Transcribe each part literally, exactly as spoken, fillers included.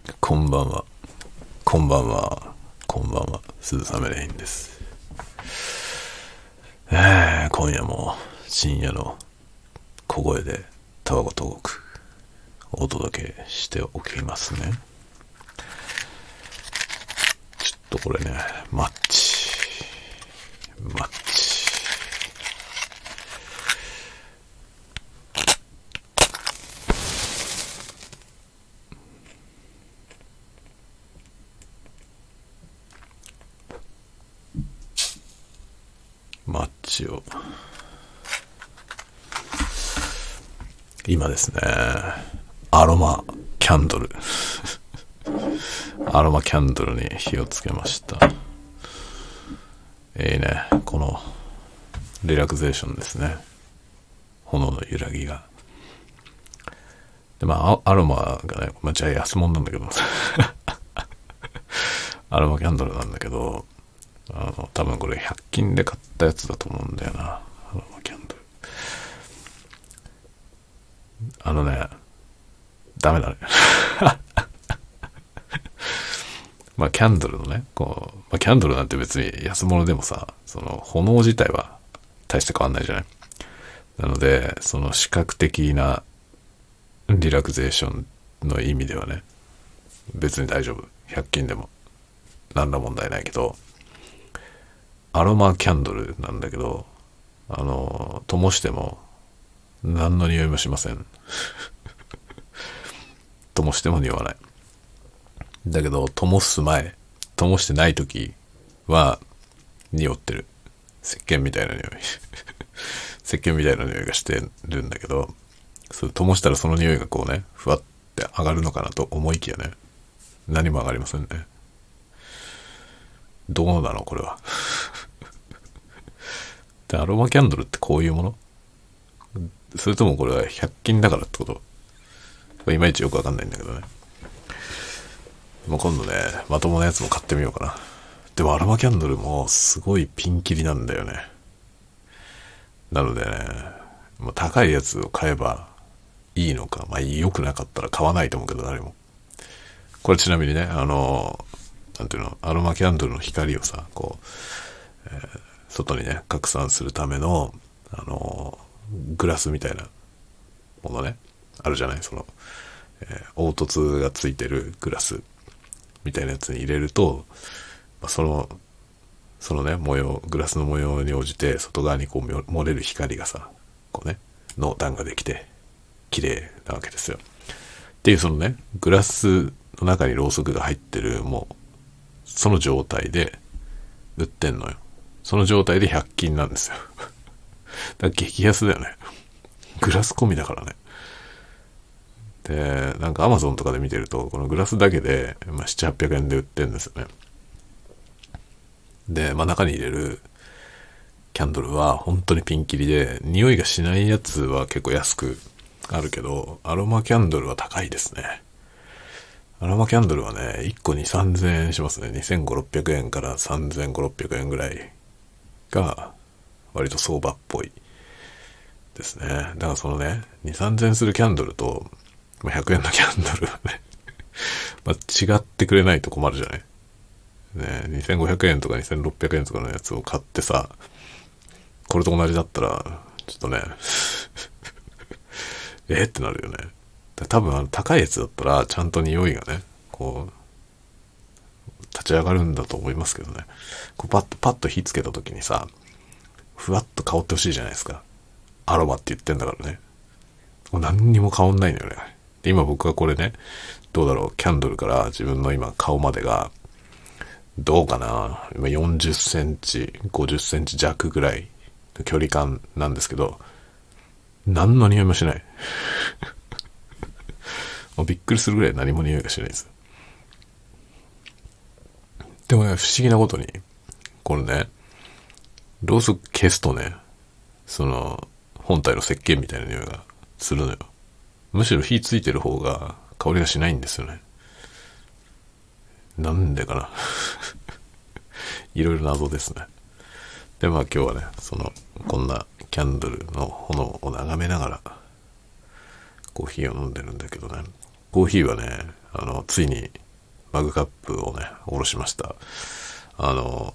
こんばんは。こんばんは。こんばんは。鈴雨レインです。えー、今夜も深夜の小声でタワゴトークお届けしておきますね。ちょっとこれね、マッチ。マッチ。マッチを今ですね、アロマキャンドルアロマキャンドルに火をつけました。えいね、このリラクゼーションですね。炎の揺らぎがで、まあアロマがね、まあ、じゃあ安物なんだけどアロマキャンドルなんだけど、あの多分これひゃく均で買ったやつだと思うんだよな。アロマキャンドル、あのね、ダメだねまあキャンドルのね、こう、まあ、キャンドルなんて別に安物でもさ、その炎自体は大して変わんないじゃない。なのでその視覚的なリラクゼーションの意味ではね、別に大丈夫。ひゃく均でも何ら問題ないけど、アロマキャンドルなんだけど、あの灯しても何の匂いもしません灯しても匂わない。だけど灯す前、灯してない時は匂ってる。石鹸みたいな匂い石鹸みたいな匂いがしてるんだけど、それ灯したらその匂いがこうね、ふわって上がるのかなと思いきやね、何も上がりませんね。どうなのこれはでアロマキャンドルってこういうもの？それともこれはひゃく均だからってこと？いまいちよくわかんないんだけどね。もう今度ね、まともなやつも買ってみようかな。でもアロマキャンドルもすごいピンキリなんだよね。なのでね、もう高いやつを買えばいいのか、まあ良くなかったら買わないと思うけど、誰も。これちなみにね、あの、なんていうの、アロマキャンドルの光をさ、こう、えー、外にね、拡散するための、あの、グラスみたいなものね、あるじゃない。その、えー、凹凸がついてるグラスみたいなやつに入れると、まあ、その、そのね、模様、グラスの模様に応じて、外側にこう漏れる光がさ、こうね、濃淡ができて、綺麗なわけですよ。っていうそのね、グラスの中にろうそくが入ってる、もう、その状態で売ってんのよ。その状態でひゃく均なんですよ。だから激安だよね。グラス込みだからね。で、なんかアマゾンとかで見てると、このグラスだけで、まあ、ななひゃく、はっぴゃくえんで売ってるんですよね。で、まあ、中に入れるキャンドルは本当にピンキリで、匂いがしないやつは結構安くあるけど、アロマキャンドルは高いですね。アロマキャンドルはね、いっこにさんぜんえんしますね。にせんごひゃく、ろっぴゃくえんからさんぜんごひゃく、ろっぴゃくえんぐらいが割と相場っぽいですね。だからそのね、にせんさんぜんえんするキャンドルと、まあ、ひゃくえんのキャンドルはねまあ違ってくれないと困るじゃない。ね、にせんごひゃくえんとかにせんろっぴゃくえんとかのやつを買ってさ、これと同じだったら、ちょっとねえってなるよね。多分あの高いやつだったらちゃんと匂いがね、こう立ち上がるんだと思いますけどね。こうパッとパッと火つけた時にさ、ふわっと香ってほしいじゃないですか。アロマって言ってんだからね。もう何にも香んないのよね。で今僕はこれね、どうだろう、キャンドルから自分の今顔までがどうかな、今よんじゅっセンチごじゅっセンチ弱ぐらいの距離感なんですけど、何の匂いもしないもうびっくりするぐらい何も匂いがしないです。でもね、不思議なことにこれね、ろうそく消すとね、その本体の石鹸みたいな匂いがするのよ。むしろ火ついてる方が香りがしないんですよね。なんでかないろいろ謎ですね。でまあ今日はね、そのこんなキャンドルの炎を眺めながらコーヒーを飲んでるんだけどね、コーヒーはね、 あの、ついにマグカップをね、おろしました。あの、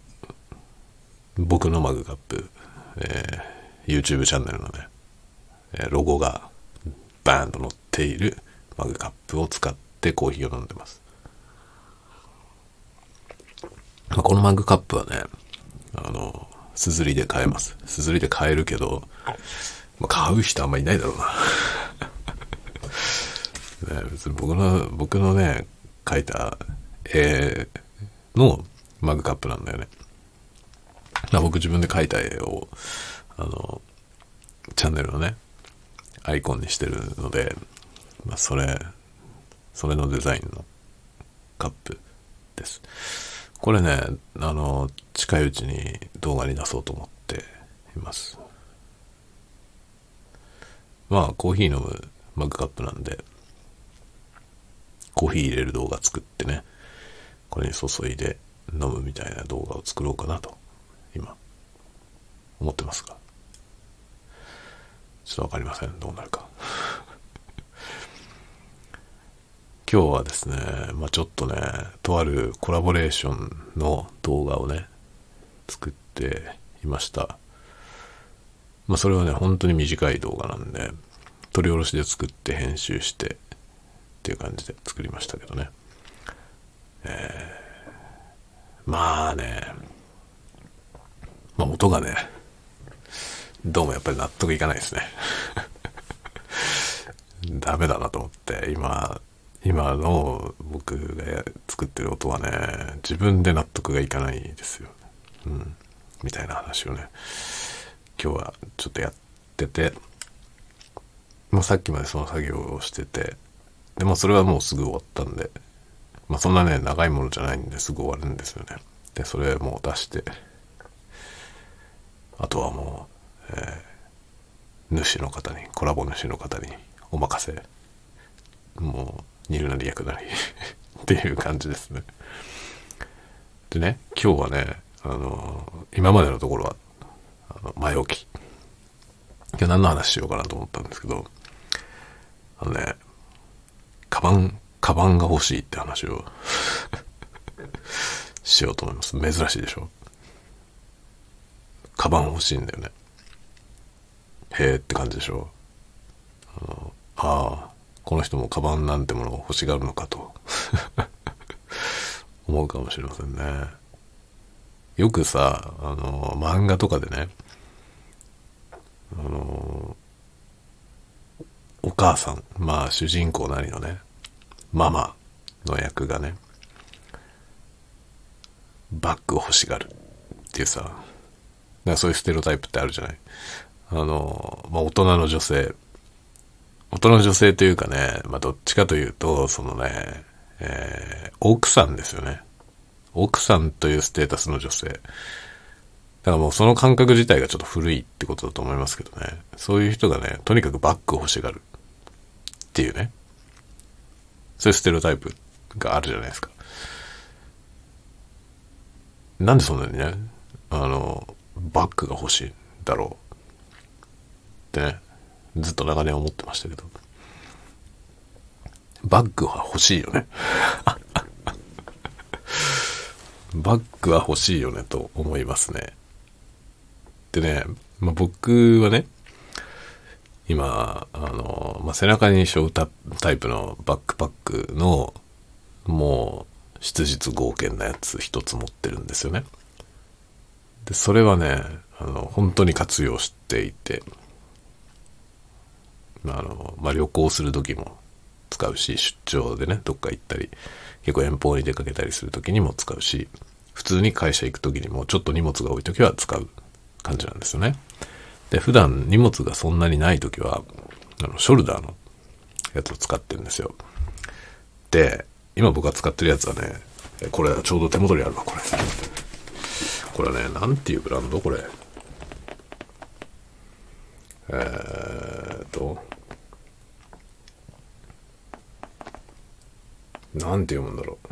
僕のマグカップ、えー、YouTube チャンネルのね、ロゴがバーンと載っているマグカップを使ってコーヒーを飲んでます。まあ、このマグカップはね、あの、すずりで買えます。すずりで買えるけど、まあ、買う人あんまいないだろうな。ね、別に僕の、僕のね、描いた絵のマグカップなんだよね。まあ、僕自分で描いた絵を、あの、チャンネルのね、アイコンにしてるので、まあ、それ、それのデザインのカップです。これね、あの、近いうちに動画に出そうと思っています。まあ、コーヒー飲むマグカップなんで、コーヒー入れる動画作ってね、これに注いで飲むみたいな動画を作ろうかなと、今、思ってますが。ちょっとわかりません。どうなるか。今日はですね、まあちょっとね、とあるコラボレーションの動画をね、作っていました。まあそれはね、本当に短い動画なんで、撮り下ろしで作って編集してっていう感じで作りましたけどね。えー、まあね、まあ音がね、どうもやっぱり納得いかないですね。ダメだなと思って、今、今の僕が作ってる音はね、自分で納得がいかないですよ。うん。みたいな話をね、今日はちょっとやってて、まあさっきまでその作業をしてて、でもそれはもうすぐ終わったんで、まあそんなね、長いものじゃないんですぐ終わるんですよね。で、それもう出して、あとはもう、えー、主の方に、コラボ主の方にお任せ。もう、煮るなり焼くなりっていう感じですね。でね、今日はね、あのー、今までのところは、あの前置き。今日何の話しようかなと思ったんですけど、あのね、カバン、カバンが欲しいって話をしようと思います。珍しいでしょ。カバン欲しいんだよね。へーって感じでしょ。あの、ああ、この人もカバンなんてものを欲しがるのかと思うかもしれませんね。よくさ、あの、漫画とかでね、あの、お母さん、まあ主人公なりのね、ママの役がね、バッグを欲しがるっていうさ、だからそういうステレオタイプってあるじゃない。あの、まあ大人の女性、大人の女性というかね、まあどっちかというと、そのね、えー、奥さんですよね。奥さんというステータスの女性。だからもうその感覚自体がちょっと古いってことだと思いますけどね。そういう人がね、とにかくバッグを欲しがるっていうね。そういうステレオタイプがあるじゃないですか。なんでそんなにね、あの、バッグが欲しいんだろうってね、ずっと長年思ってましたけど。バッグは欲しいよね。バッグは欲しいよねと思いますね。でね、まあ、僕はね、今、あの、まあ、背中に背負うタイプのバックパックの、もう、質実剛健なやつ一つ持ってるんですよね。で、それはね、あの、本当に活用していて、まあ、あの、まあ、旅行する時も使うし、出張でね、どっか行ったり、結構遠方に出かけたりする時にも使うし、普通に会社行く時にもちょっと荷物が多い時は使う感じなんですよね。で、普段荷物がそんなにない時は、あの、ショルダーのやつを使ってるんですよ。で、今僕が使ってるやつはね、これちょうど手元にあるわ、これ。これね、なんていうブランドこれ。えーっと、なんて読むんだろ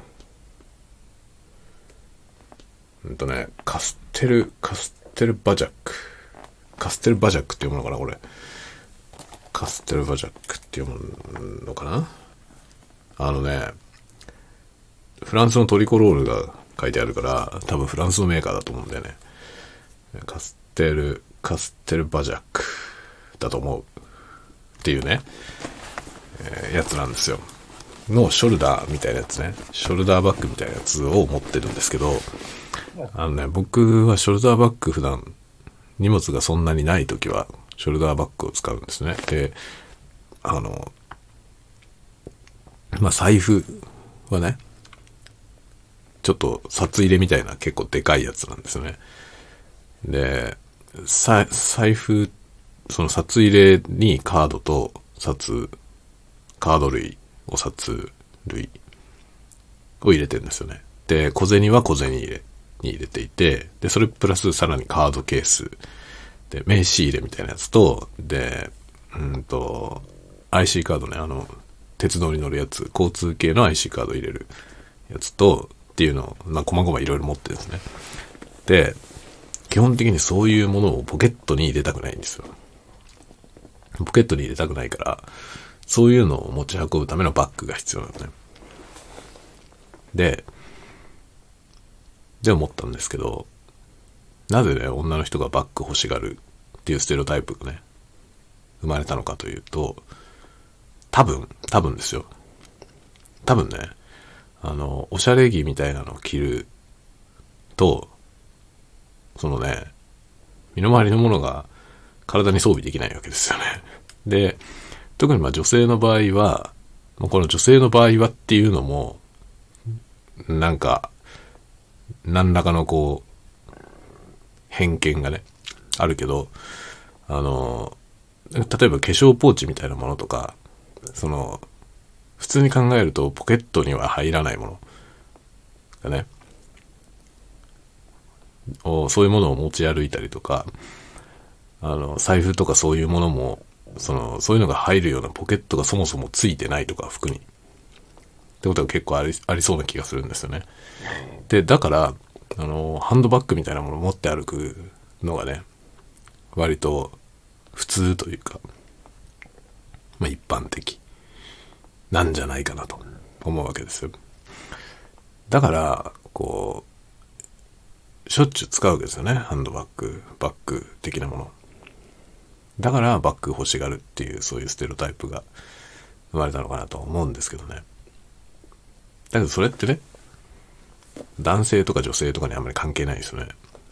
う。うんとね、カステル、カステルバジャック。カステルバジャックって読むのかなこれ。カステルバジャックって読むのかな。 あのね、フランスのトリコロールが書いてあるから、多分フランスのメーカーだと思うんだよね。カステル、カステルバジャックだと思うっていうね、えー、やつなんですよ。のショルダーみたいなやつね。ショルダーバッグみたいなやつを持ってるんですけど、あのね、僕はショルダーバッグ普段荷物がそんなにないときはショルダーバッグを使うんですね。で、あの、まあ、財布はね、ちょっと札入れみたいな結構でかいやつなんですよね。で、さ財布、その札入れにカードと札、カード類、お札類を入れてるんですよね。で、小銭は小銭入れに入れていて、で、それプラスさらにカードケース、で、名刺入れみたいなやつと、で、うんと、アイシー カードね、あの、鉄道に乗るやつ、交通系の アイシー カード入れるやつと、っていうのを、まあ、細々いろいろ持ってるんですね。で、基本的にそういうものをポケットに入れたくないんですよ。ポケットに入れたくないから、そういうのを持ち運ぶためのバッグが必要なのね。で、で思ったんですけど、なぜね、女の人がバッグ欲しがるっていうステレオタイプがね、生まれたのかというと、多分、多分ですよ。多分ね、あの、おしゃれ着みたいなのを着ると、そのね、身の回りのものが体に装備できないわけですよね。で、特にまあ女性の場合は、この女性の場合はっていうのも、なんか、何らかのこう、偏見がね、あるけど、あの、例えば化粧ポーチみたいなものとか、その、普通に考えるとポケットには入らないものがね、そういうものを持ち歩いたりとか、あの、財布とかそういうものも、その、そういうのが入るようなポケットがそもそもついてないとか、服に。ってことが結構あり、ありそうな気がするんですよね。で、だから、あの、ハンドバッグみたいなものを持って歩くのがね、割と普通というか、まあ一般的なんじゃないかなと思うわけですよ。だから、こう、しょっちゅう使うわけですよね。ハンドバッグ、バッグ的なもの。だからバッグ欲しがるっていう、そういうステレオタイプが生まれたのかなと思うんですけどね。だけどそれってね、男性とか女性とかにあんまり関係ないですよね。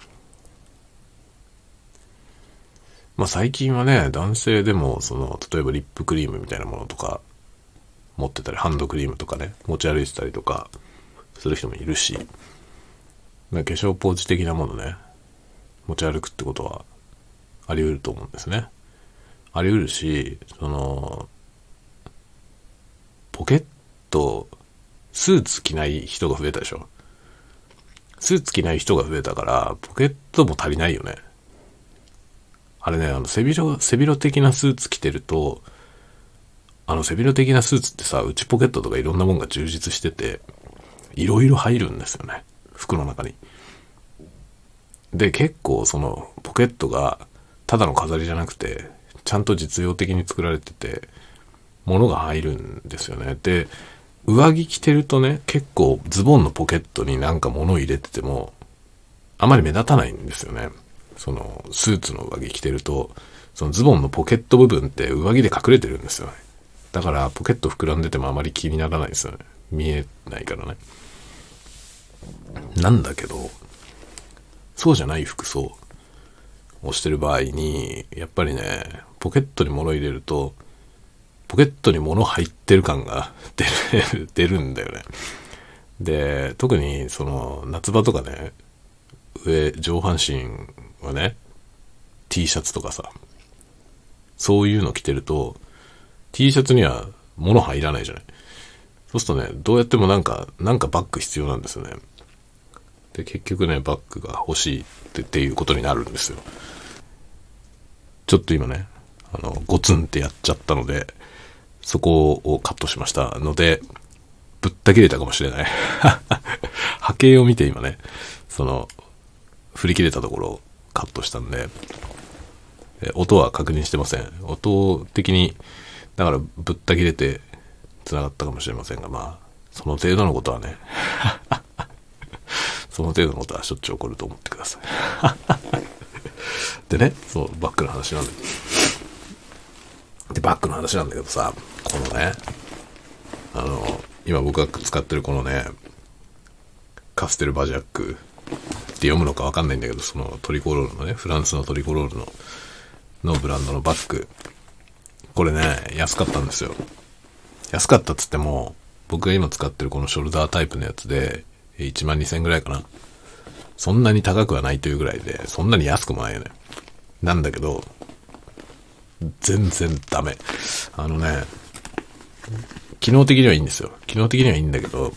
まあ最近はね、男性でも、その、例えばリップクリームみたいなものとか、持ってたり、ハンドクリームとかね、持ち歩いてたりとか、する人もいるし、化粧ポーチ的なものね、持ち歩くってことは、あり得ると思うんですね。あり得るし、その、ポケット、スーツ着ない人が増えたでしょ。スーツ着ない人が増えたから、ポケットも足りないよね。あれね、あの、背広、背広的なスーツ着てると、あの、背広的なスーツってさ、内ポケットとかいろんなもんが充実してて、いろいろ入るんですよね。服の中に。で、結構その、ポケットが、ただの飾りじゃなくて、ちゃんと実用的に作られてて、物が入るんですよね。で、上着着てるとね、結構ズボンのポケットになんか物を入れてても、あまり目立たないんですよね。その、スーツの上着着てると、そのズボンのポケット部分って上着で隠れてるんですよね。だからポケット膨らんでてもあまり気にならないですよね。見えないからね。なんだけど、そうじゃない服装をしてる場合に、やっぱりね、ポケットに物入れると、ポケットに物入ってる感が出る、出るんだよね。で、特にその夏場とかね、上、上半身はね、T シャツとかさ、そういうの着てると、T シャツには物入らないじゃない。そうするとね、どうやってもなんか、なんかバッグ必要なんですよね。で、結局ね、バッグが欲しいってっていうことになるんですよ。ちょっと今ね、あの、ゴツンってやっちゃったので、そこをカットしましたので、ぶった切れたかもしれない。波形を見て今ね、その、振り切れたところをカットしたんで、音は確認してません。音的に、だからぶった切れて繋がったかもしれませんが、まあ、その程度のことはね、その程度のことはしょっちゅう起こると思ってください。でね、そう、バッグの話なんだけど。で、バッグの話なんだけどさ、このね、あの、今僕が使ってるこのね、カステルバジャックって読むのかわかんないんだけど、そのトリコロールのね、フランスのトリコロールの、のブランドのバッグ。これね、安かったんですよ。安かったっつっても、僕が今使ってるこのショルダータイプのやつで、いちまんにせんえんぐらいかな。そんなに高くはないというぐらいで、そんなに安くもないよね。なんだけど、全然ダメ。あのね、機能的にはいいんですよ。機能的にはいいんだけど、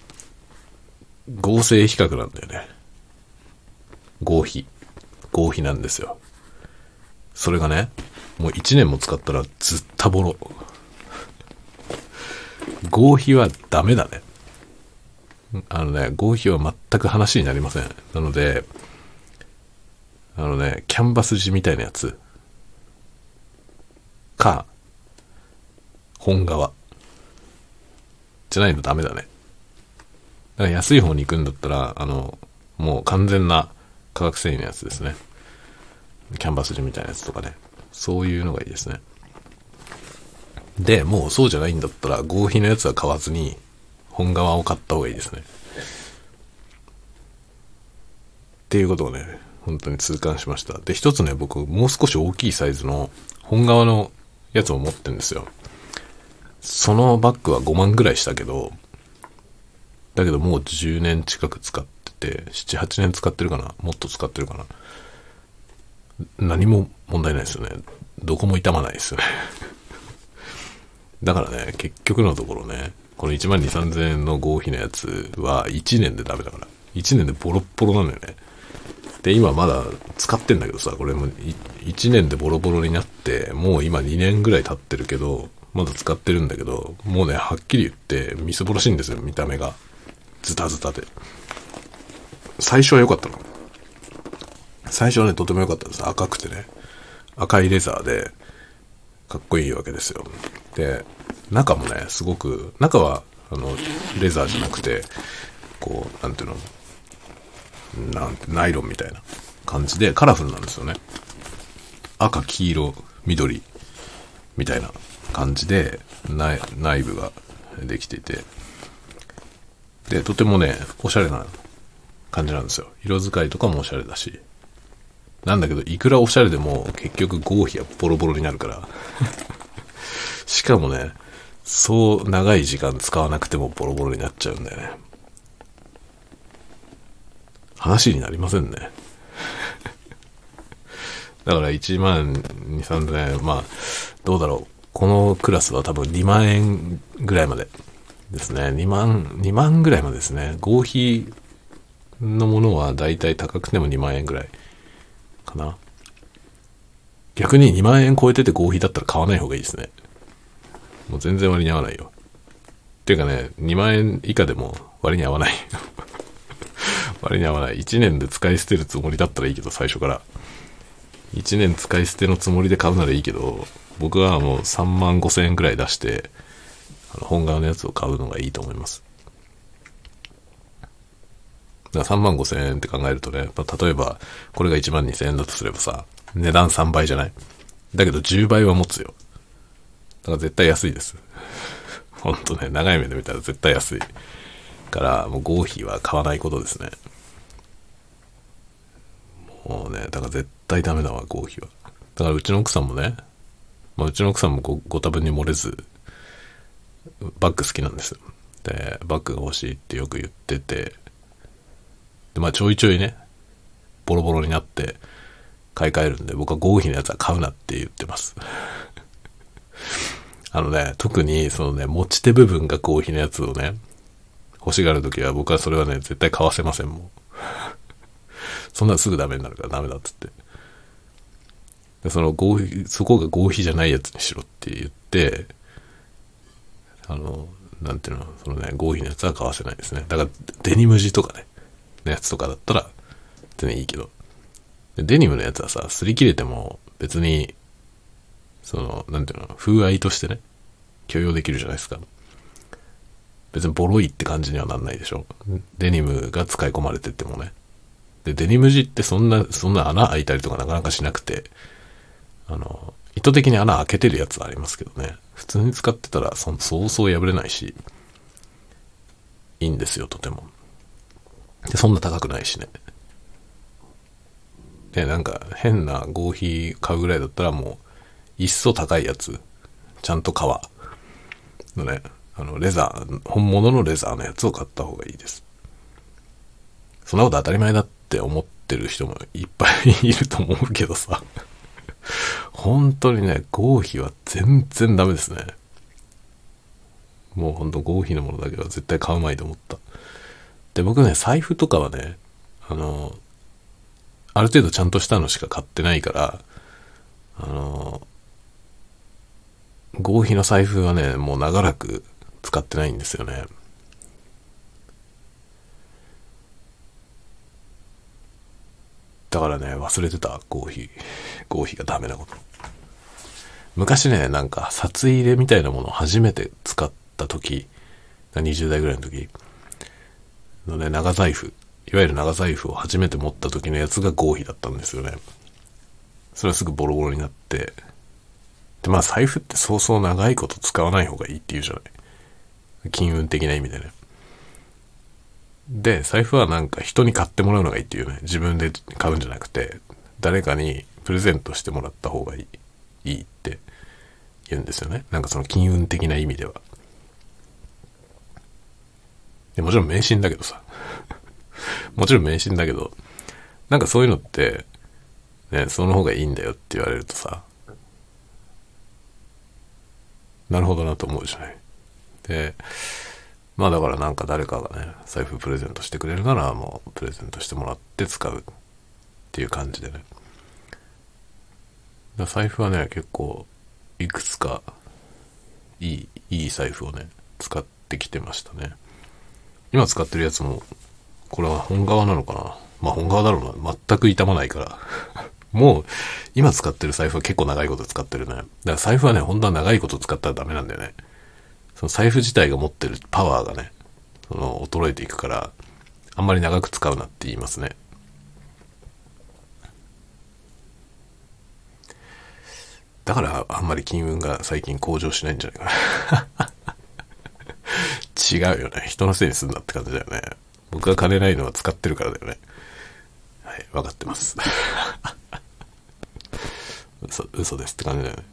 合成比較なんだよね。合皮。合皮なんですよ。それがね、もういちねんも使ったらずったぼろ。合皮はダメだね。あのね、合皮は全く話になりません。なので、あのね、キャンバス地みたいなやつか、本革じゃないとダメだね。だから安い方に行くんだったら、あの、もう完全な化学繊維のやつですね。キャンバス地みたいなやつとかね。そういうのがいいですね。で、もうそうじゃないんだったら、合皮のやつは買わずに、本革を買った方がいいですね。っていうことをね、本当に痛感しました。で、一つね、僕、もう少し大きいサイズの本革のやつを持ってるんですよ。そのバッグはごまんぐらいしたけど、だけどもうじゅうねん近く使ってて、なな、はちねん使ってるかな、もっと使ってるかな。何も問題ないですよね。どこも痛まないですよね。だからね、結局のところね、このいちまんにせんさんぜんえんの合皮のやつはいちねんでダメだから。いちねんでボロッボロなのよね。で、今まだ使ってんだけどさ、これもいちねんでボロボロになって、もう今にねんぐらい経ってるけど、まだ使ってるんだけど、もうね、はっきり言ってみすぼらしいんですよ、見た目が。ズタズタで。最初は良かったの。最初はね、とても良かったです。赤くてね。赤いレザーで、かっこいいわけですよ。で、中もね、すごく、中は、あの、レザーじゃなくて、こう、なんていうの、なんて、ナイロンみたいな感じで、カラフルなんですよね。赤、黄色、緑、みたいな感じで、内、内部ができていて、で、とてもね、おしゃれな感じなんですよ。色使いとかもおしゃれだし。なんだけど、いくらおしゃれでも結局合皮はボロボロになるから。しかもね、そう長い時間使わなくてもボロボロになっちゃうんだよね。話になりませんね。だからいちまんにせんさんぜんえん、まあ、どうだろう。このクラスは多分にまんえんぐらいまでですね。にまん、にまんぐらいまでですね。合皮のものはだいたい高くてもにまんえんぐらいかな。逆ににまんえん超えてて合皮だったら買わない方がいいですね。もう全然割に合わないよ。っていうかね、にまんえん以下でも割に合わない。割に合わない。いちねんで使い捨てるつもりだったらいいけど、最初から。いちねん使い捨てのつもりで買うならいいけど、僕はもうさんまんごせんえんくらい出して、あの本革のやつを買うのがいいと思います。だからさんまんごせんえんって考えるとね、まあ、例えばこれがいちまんにせんえんだとすればさ、値段さんばいじゃない。だけどじゅうばいは持つよ。だから絶対安いです。ほんとね、長い目で見たら絶対安い。から、もう合皮は買わないことですね。もうね、だから絶対ダメだわ、合皮は。だからうちの奥さんもね、まあ、うちの奥さんも ご, ご多分に漏れず、バッグ好きなんですよ。で、バッグが欲しいってよく言ってて、で、まあちょいちょいね、ボロボロになって買い替えるんで、僕は合皮のやつは買うなって言ってます。あのね、特にそのね、持ち手部分が合皮のやつをね、欲しがるときは僕はそれはね、絶対買わせませんもん。そんなすぐダメになるからダメだっつって。でその合皮、そこが合皮じゃないやつにしろって言って、あの、なんていうの、そのね、合皮のやつは買わせないですね。だからデニム地とかね、のやつとかだったら全然いいけど。でデニムのやつはさ、擦り切れても別に、その、なんていうの、風合いとしてね、許容できるじゃないですか。 別にボロいって感じにはなんないでしょ。デニムが使い込まれててもね。で、デニム地ってそんな、そんな穴開いたりとかなかなかしなくて、あの、意図的に穴開けてるやつはありますけどね。普通に使ってたらそそうそう破れないし、いいんですよ、とても。で、そんな高くないしね。で、なんか変な合皮買うぐらいだったらもう、いっそ高いやつ、ちゃんと革のね、あの、レザー、本物のレザーのやつを買った方がいいです。そんなこと当たり前だって思ってる人もいっぱいいると思うけどさ。本当にね、合皮は全然ダメですね。もうほんと合皮のものだけは絶対買うまいと思った。で、僕ね、財布とかはね、あの、ある程度ちゃんとしたのしか買ってないから、あの、合皮の財布はね、もう長らく使ってないんですよね。だからね、忘れてた、合皮。合皮がダメなこと。昔ね、なんか、札入れみたいなものを初めて使った時、にじゅう代ぐらいの時のね、長財布、いわゆる長財布を初めて持った時のやつが合皮だったんですよね。それはすぐボロボロになって、で、まあ財布ってそうそう長いこと使わない方がいいって言うじゃない。金運的な意味でね。で、財布はなんか人に買ってもらうのがいいっていうね。自分で買うんじゃなくて、誰かにプレゼントしてもらった方がいい、いいって言うんですよね。なんかその金運的な意味では。でもちろん迷信だけどさ。もちろん迷信だけど、なんかそういうのって、ね、その方がいいんだよって言われるとさ、なるほどなと思うじゃない。で、まあだからなんか誰かがね、財布プレゼントしてくれるならもうプレゼントしてもらって使うっていう感じでね。だ財布はね、結構いくつかいい、いい財布をね、使ってきてましたね。今使ってるやつも、これは本革なのかな。まあ本革だろうな。全く傷まないから。もう、今使ってる財布は結構長いこと使ってるね。だから財布はね、本当は長いこと使ったらダメなんだよね。その財布自体が持ってるパワーがね、その衰えていくから、あんまり長く使うなって言いますね。だからあんまり金運が最近向上しないんじゃないかな。違うよね。人のせいにすんなって感じだよね。僕が金ないのは使ってるからだよね。はい、分かってます。嘘、嘘ですって感じだよね。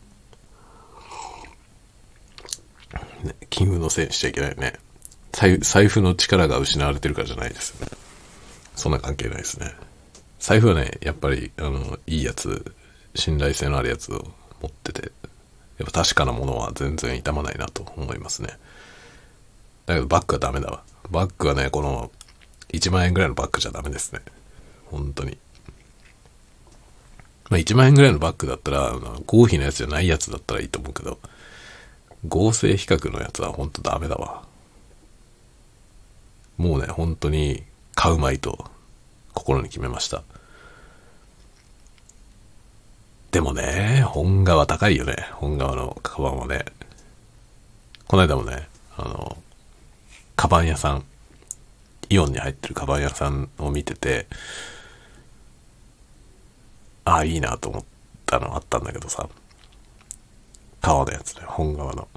ね、金運のせいにしちゃいけないよね。財、財布の力が失われてるからじゃないですよね。そんな関係ないですね。財布はね、やっぱり、あの、いいやつ、信頼性のあるやつを持ってて、やっぱ確かなものは全然傷まないなと思いますね。だけどバッグはダメだわ。バッグはね、このいちまん円ぐらいのバッグじゃダメですね。本当に。まあいちまん円ぐらいのバッグだったら、合皮のやつじゃないやつだったらいいと思うけど、合成比較のやつは本当ダメだわ。もうね、本当に買うまいと心に決めました。でもね、本革高いよね。本革のカバンはね。この間もね、あの、カバン屋さん、イオンに入ってるカバン屋さんを見てて、ああ、いいなと思ったのあったんだけどさ、革のやつね、本革の。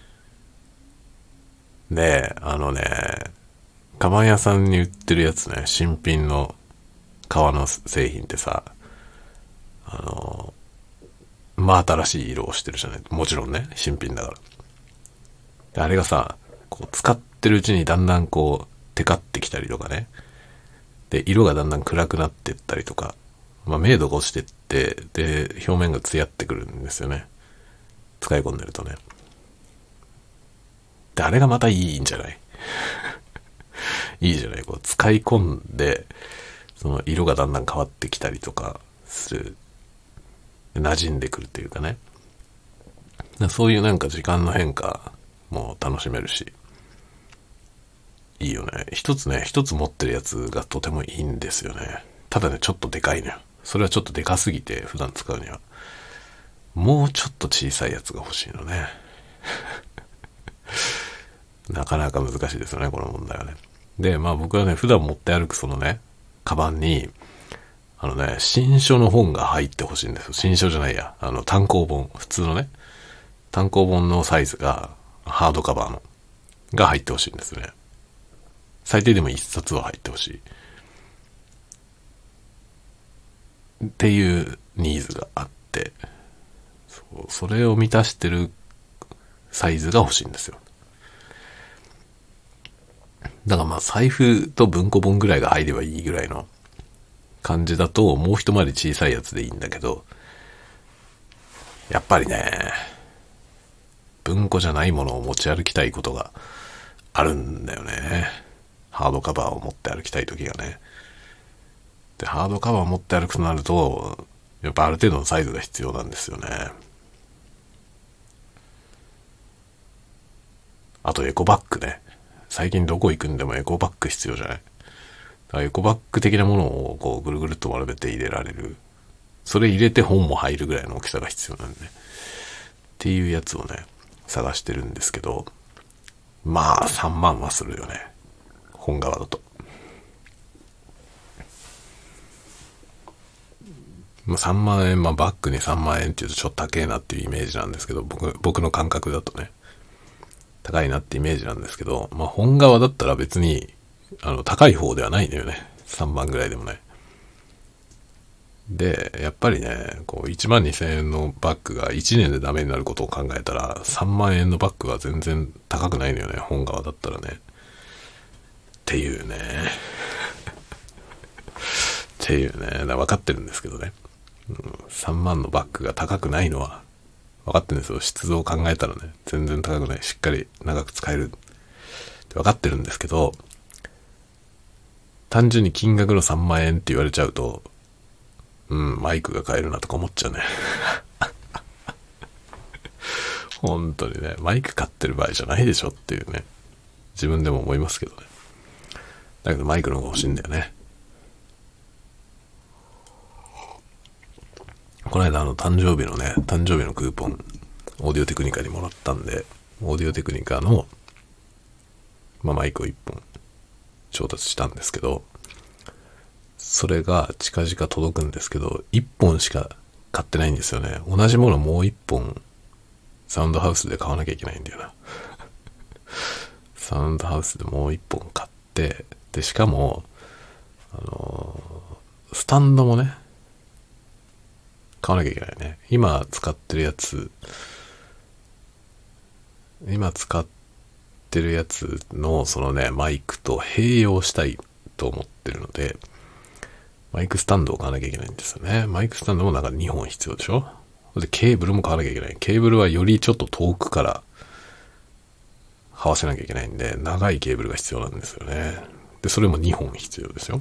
で、あのね、カバン屋さんに売ってるやつね、新品の革の製品ってさ、あの、まあ新しい色をしてるじゃない。もちろんね、新品だから。であれがさ、こう使ってるうちにだんだんこう、テカってきたりとかね。で、色がだんだん暗くなってったりとか、まあ明度が落ちてって、で、表面が艶ってくるんですよね。使い込んでるとね。で、あれがまたいいんじゃないいいじゃないこう、使い込んで、その色がだんだん変わってきたりとかする。馴染んでくるというかね。そういうなんか時間の変化も楽しめるし、いいよね。一つね、一つ持ってるやつがとてもいいんですよね。ただね、ちょっとでかいのよ。それはちょっとでかすぎて、普段使うには。もうちょっと小さいやつが欲しいのね。 なかなか難しいですよね、この問題はね。で、まあ僕はね、普段持って歩くそのね、カバンに、あのね、新書の本が入ってほしいんですよ。新書じゃないや。あの、単行本。普通のね、単行本のサイズが、ハードカバーの、が入ってほしいんですね。最低でも一冊は入ってほしい。っていうニーズがあって、そう、それを満たしてるサイズが欲しいんですよ。だからまあ財布と文庫本ぐらいが入ればいいぐらいの感じだと、もう一回り小さいやつでいいんだけど、やっぱりね、文庫じゃないものを持ち歩きたいことがあるんだよね。ハードカバーを持って歩きたい時がね。で、ハードカバーを持って歩くとなると、やっぱある程度のサイズが必要なんですよね。あとエコバッグね。最近どこ行くんでもエコバッグ必要じゃない。だからエコバッグ的なものをこうぐるぐるっと丸めて入れられる。それ入れて本も入るぐらいの大きさが必要なんで、ね。っていうやつをね、探してるんですけど、まあさんまんはするよね。本革だと。まあ、さんまん円、まあバッグにさんまん円っていうとちょっと高えなっていうイメージなんですけど、僕、僕の感覚だとね、高いなってイメージなんですけど、まあ本革だったら別に、あの、高い方ではないんだよね。さんまんぐらいでもね。で、やっぱりね、こういちまんにせんえんのバッグがいちねんでダメになることを考えたら、さんまん円のバッグは全然高くないのよね、本革だったらね。っていうね。っていうね。分かってるんですけどね。うん、さんまんのバッグが高くないのは分かってるんですよ。質を考えたらね、全然高くない。しっかり長く使えるって分かってるんですけど、単純に金額のさんまん円って言われちゃうと、うん、マイクが買えるなとか思っちゃうね。本当にね、マイク買ってる場合じゃないでしょっていうね、自分でも思いますけどね。だけどマイクの方が欲しいんだよね。この間あの誕生日のね、誕生日のクーポン、オーディオテクニカにもらったんで、オーディオテクニカの、まあ、マイクをいっぽん調達したんですけど、それが近々届くんですけど、いっぽんしか買ってないんですよね。同じものもういっぽんサウンドハウスで買わなきゃいけないんだよな。サウンドハウスでもういっぽん買って、で、しかも、あのー、スタンドもね、買わなきゃいけないね。今使ってるやつ、今使ってるやつのそのね、マイクと併用したいと思ってるので、マイクスタンドを買わなきゃいけないんですよね。マイクスタンドもなんかにほん必要でしょ。で、ケーブルも買わなきゃいけない。ケーブルはよりちょっと遠くから這わせなきゃいけないんで、長いケーブルが必要なんですよね。で、それもにほん必要ですよ。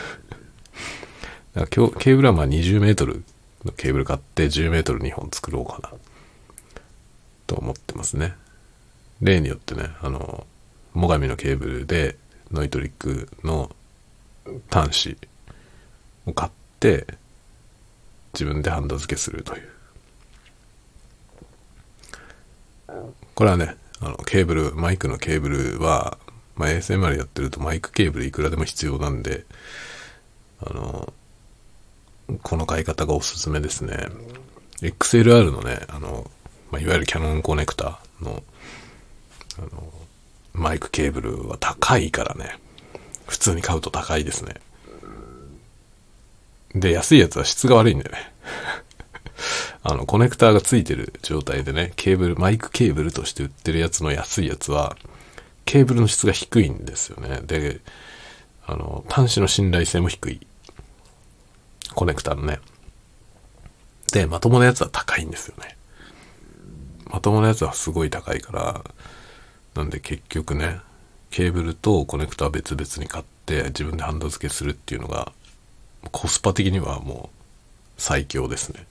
だから今日、ケーブルはまあにじゅうメートルのケーブル買ってじゅうメートルにほん作ろうかなと思ってますね。例によってね、あの、最上のケーブルでノイトリックの端子を買って自分でハンダ付けするという。これはね、あのケーブル、マイクのケーブルは、まあ、エーエスエムアール やってるとマイクケーブルいくらでも必要なんで、あの、この買い方がおすすめですね。エックスエルアール のね、あの、まあ、いわゆるキャノンコネクタの、あの、マイクケーブルは高いからね。普通に買うと高いですね。で、安いやつは質が悪いんだよね。あの、コネクターがついてる状態でね、ケーブル、マイクケーブルとして売ってるやつの安いやつは、ケーブルの質が低いんですよね。で、あの、端子の信頼性も低い。コネクターのね。で、まともなやつは高いんですよね。まともなやつはすごい高いから、なんで結局ね、ケーブルとコネクター別々に買って自分でハンダ付けするっていうのが、コスパ的にはもう最強ですね。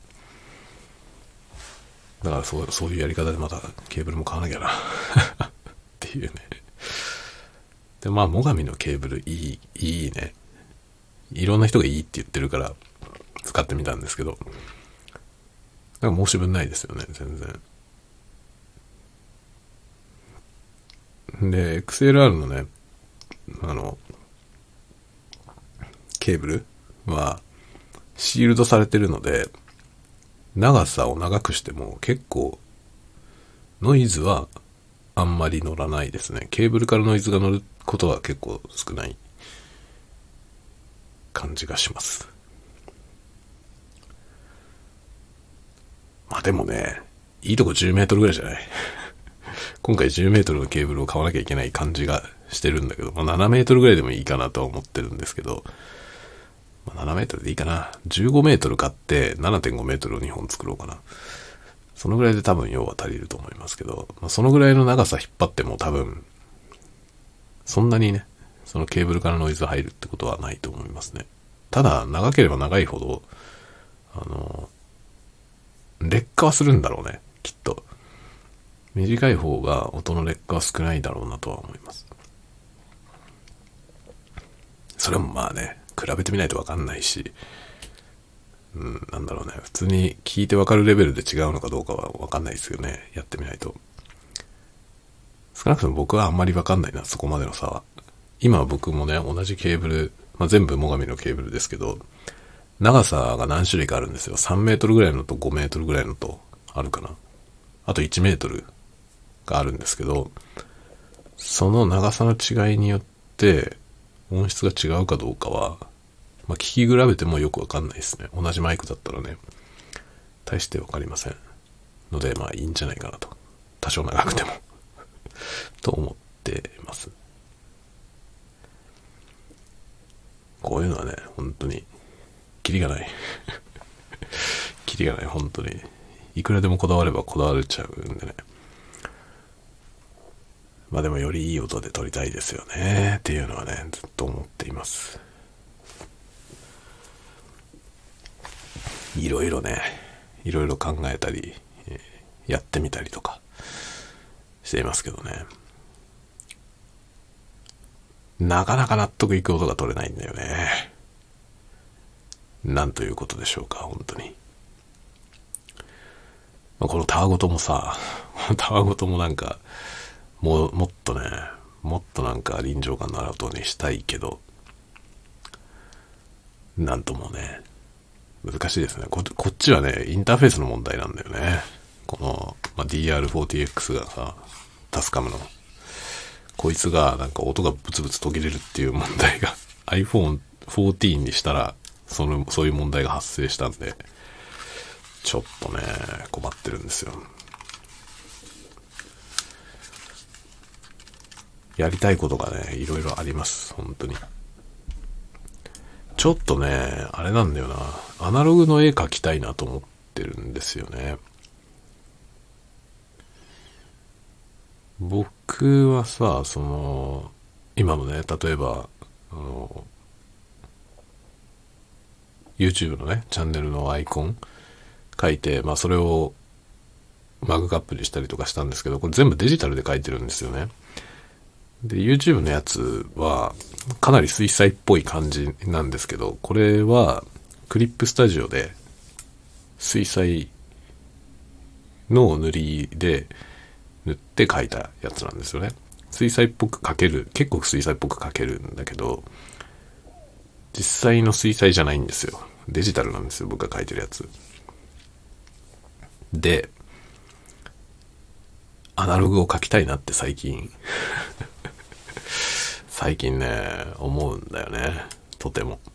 だからそう、そういうやり方でまたケーブルも買わなきゃなっていうね。で、まあ、最上のケーブルいい、いいね。いろんな人がいいって言ってるから使ってみたんですけど、なんか申し分ないですよね、全然。 で、エックスエルアール のね、あの、ケーブルはシールドされてるので、長さを長くしても結構ノイズはあんまり乗らないですね。ケーブルからノイズが乗ることは結構少ない感じがします。まあでもね、いいとこじゅうメートルぐらいじゃない今回じゅうメートルのケーブルを買わなきゃいけない感じがしてるんだけど、まあ、ななメートルぐらいでもいいかなとは思ってるんですけど、まあ、ななメートルでいいかな。じゅうごメートル買って ななてんごメートルをにほん作ろうかな。そのぐらいで多分用は足りると思いますけど、まあ、そのぐらいの長さ引っ張っても多分、そんなにね、そのケーブルからノイズ入るってことはないと思いますね。ただ、長ければ長いほど、あの、劣化はするんだろうね、きっと。短い方が音の劣化は少ないだろうなとは思います。それもまあね、比べてみないと分かんないし、うん、なんだろうね、普通に聞いて分かるレベルで違うのかどうかは分かんないですよね、やってみないと。少なくとも僕はあんまり分かんないな、そこまでの差は。今僕もね、同じケーブル、まあ、全部最上のケーブルですけど、長さが何種類かあるんですよ。さんメートルぐらいのとごメートルぐらいのとあるかな。あといちメートルがあるんですけど、その長さの違いによって音質が違うかどうかは、まあ、聞き比べてもよくわかんないですね。同じマイクだったらね、大してわかりませんので、まあいいんじゃないかなと、多少長くてもと思っています。こういうのはね、本当にキリがないキリがない、本当にいくらでもこだわればこだわれちゃうんでね。まあでもよりいい音で撮りたいですよねっていうのはね、ずっと思っています。いろいろね、いろいろ考えたり、やってみたりとかしていますけどね。なかなか納得いく音が取れないんだよね。なんということでしょうか、本当に。このタワごともさ、タワごともなんか、もう、もっとね、もっとなんか臨場感のある音にしたいけど、なんともね、難しいですね。こ、こっちはね、インターフェースの問題なんだよね。この、まあ、ディーアールフォーティーエックス がさ、タスカムの、こいつがなんか音がブツブツ途切れるっていう問題が アイフォンフォーティーン にしたら、その、そういう問題が発生したんで、ちょっとね、困ってるんですよ。やりたいことがね、いろいろあります、本当に。ちょっとね、あれなんだよな、アナログの絵描きたいなと思ってるんですよね。僕はさ、その、今のね、例えば、あの、YouTube のね、チャンネルのアイコン書いて、まあそれをマグカップにしたりとかしたんですけど、これ全部デジタルで書いてるんですよね。で、YouTube のやつはかなり水彩っぽい感じなんですけど、これはクリップスタジオで水彩の塗りで塗って描いたやつなんですよね。水彩っぽく描ける、結構水彩っぽく描けるんだけど、実際の水彩じゃないんですよ。デジタルなんですよ、僕が描いてるやつ。で、アナログを描きたいなって最近最近ね、思うんだよね。とても。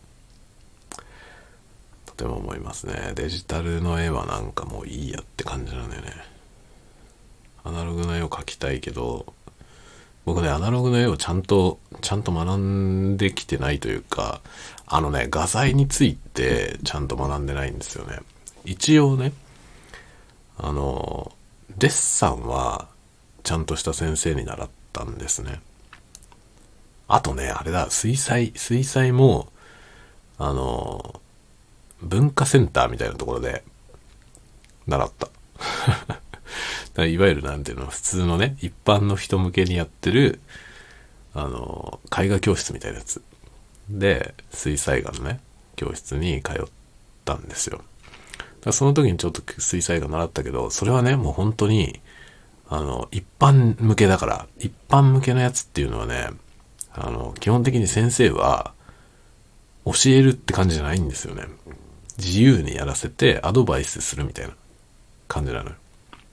とても思いますね。デジタルの絵はなんかもういいやって感じなんだよね。アナログの絵を描きたいけど、僕ね、アナログの絵をちゃんと、ちゃんと学んできてないというか、あのね、画材についてちゃんと学んでないんですよね。一応ね、あの、デッサンはちゃんとした先生に習ったんですね。あとね、あれだ、水彩、水彩も、あの、文化センターみたいなところで習った。いわゆるなんていうの、普通のね、一般の人向けにやってる、あの、絵画教室みたいなやつで、水彩画のね、教室に通ったんですよ。だからその時にちょっと水彩画習ったけど、それはね、もう本当に、 あの、一般向けだから、一般向けのやつっていうのはね、あの、基本的に先生は教えるって感じじゃないんですよね。自由にやらせてアドバイスするみたいな感じなのよ。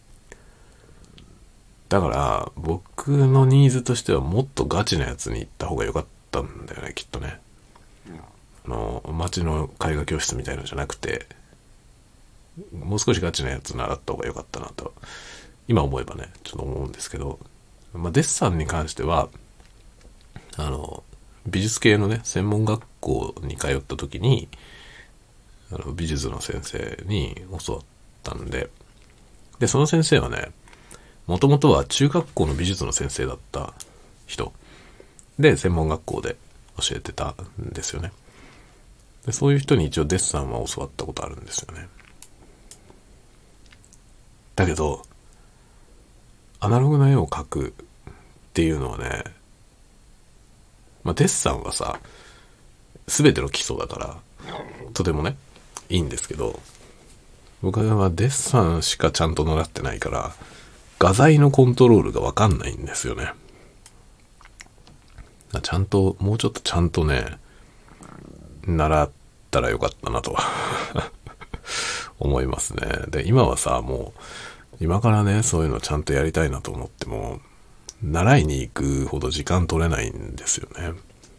だから、僕のニーズとしてはもっとガチなやつに行った方が良かったんだよね、きっとね。あの、街の絵画教室みたいのじゃなくて、もう少しガチなやつ習った方が良かったなと、今思えばね、ちょっと思うんですけど、まあ、デッサンに関しては、あの、美術系のね、専門学校に通った時に、あの美術の先生に教わったんで、で、その先生はね、もともとは中学校の美術の先生だった人で、専門学校で教えてたんですよね。で、そういう人に一応デッサンは教わったことあるんですよね。だけど、アナログな絵を描くっていうのはね、まあ、デッサンはさ、すべての基礎だから、とてもね、いいんですけど、僕はデッサンしかちゃんと習ってないから、画材のコントロールがわかんないんですよね。ちゃんと、もうちょっとちゃんとね、習ったらよかったなと思いますね。で、今はさ、もう、今からね、そういうのちゃんとやりたいなと思っても、習いに行くほど時間取れないんですよね。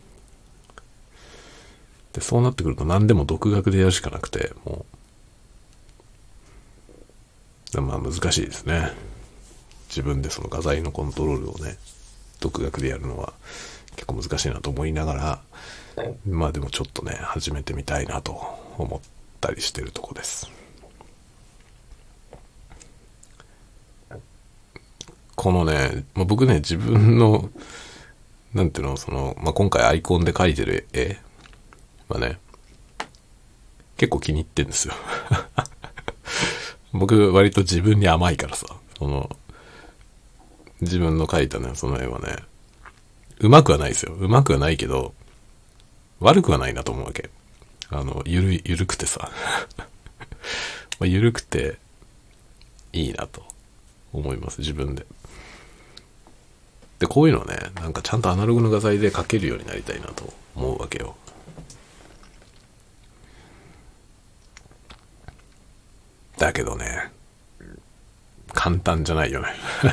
で、そうなってくると何でも独学でやるしかなくて、もう、まあ難しいですね。自分でその画材のコントロールをね、独学でやるのは結構難しいなと思いながら、まあでもちょっとね、始めてみたいなと思ったりしてるとこです。このね、まあ、僕ね、自分の、なんていうの、その、まあ、今回アイコンで描いてる絵はね、結構気に入ってんですよ。僕割と自分に甘いからさ、その、自分の描いたね、その絵はね、うまくはないですよ。うまくはないけど、悪くはないなと思うわけ。あの、ゆる、ゆるくてさ。まあ、ゆるくていいなと思います、自分で。で、こういうのはね、なんかちゃんとアナログの画材で描けるようになりたいなと思うわけよ。だけどね、簡単じゃないよね。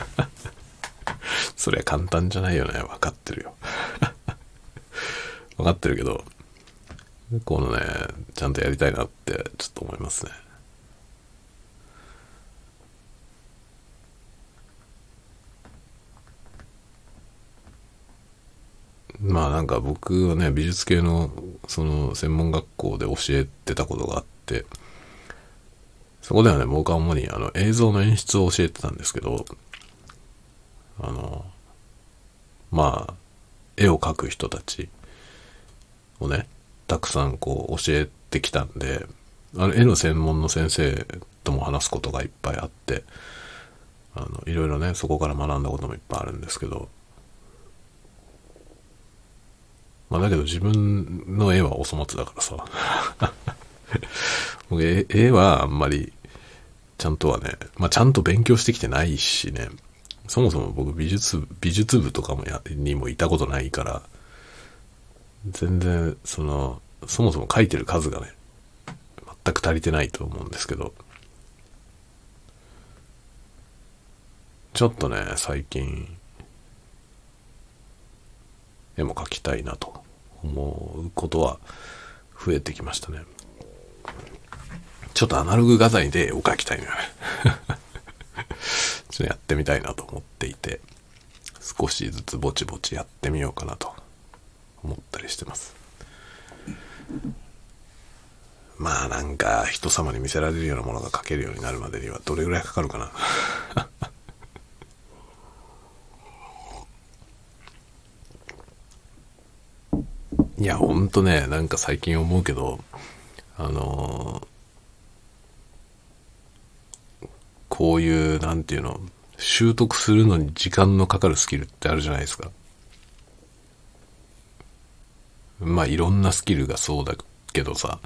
それは簡単じゃないよね。分かってるよ。分かってるけど、このね、ちゃんとやりたいなってちょっと思いますね。まあなんか僕はね、美術系のその専門学校で教えてたことがあって、そこではね、僕は主にあの映像の演出を教えてたんですけど、あの、まあ、絵を描く人たちをね、たくさんこう教えてきたんで、あの絵の専門の先生とも話すことがいっぱいあって、あの、いろいろね、そこから学んだこともいっぱいあるんですけど、まあだけど自分の絵はお粗末だからさ、僕絵絵はあんまりちゃんとはね、まあちゃんと勉強してきてないしね、そもそも僕美術、美術部とかもや、にもいたことないから、全然、その、そもそも書いてる数がね、全く足りてないと思うんですけど、ちょっとね、最近、絵も描きたいなと思うことは増えてきましたね。ちょっとアナログ画材で絵を描きたいのよね。ちょっとやってみたいなと思っていて、少しずつぼちぼちやってみようかなと思ったりしてます。まあなんか人様に見せられるようなものが描けるようになるまでにはどれぐらいかかるかな。いやほんとね、なんか最近思うけど、あのー、こういうなんていうの、習得するのに時間のかかるスキルってあるじゃないですか。まあいろんなスキルがそうだけどさ、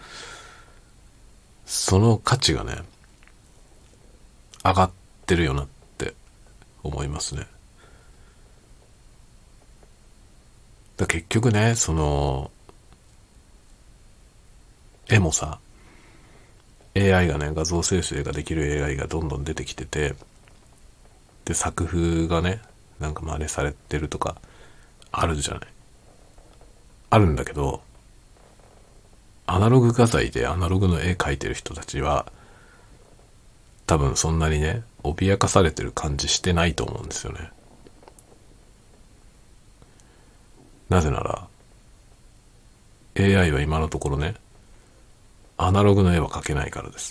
その価値がね、上がってるよなって思いますね。だ結局ね、その絵もさ、 エーアイ がね、画像生成ができる エーアイ がどんどん出てきてて、で作風がねなんか真似されてるとかあるじゃない。あるんだけど、アナログ画材でアナログの絵描いてる人たちは多分そんなにね脅かされてる感じしてないと思うんですよね。なぜなら エーアイ は今のところねアナログの絵は描けないからです。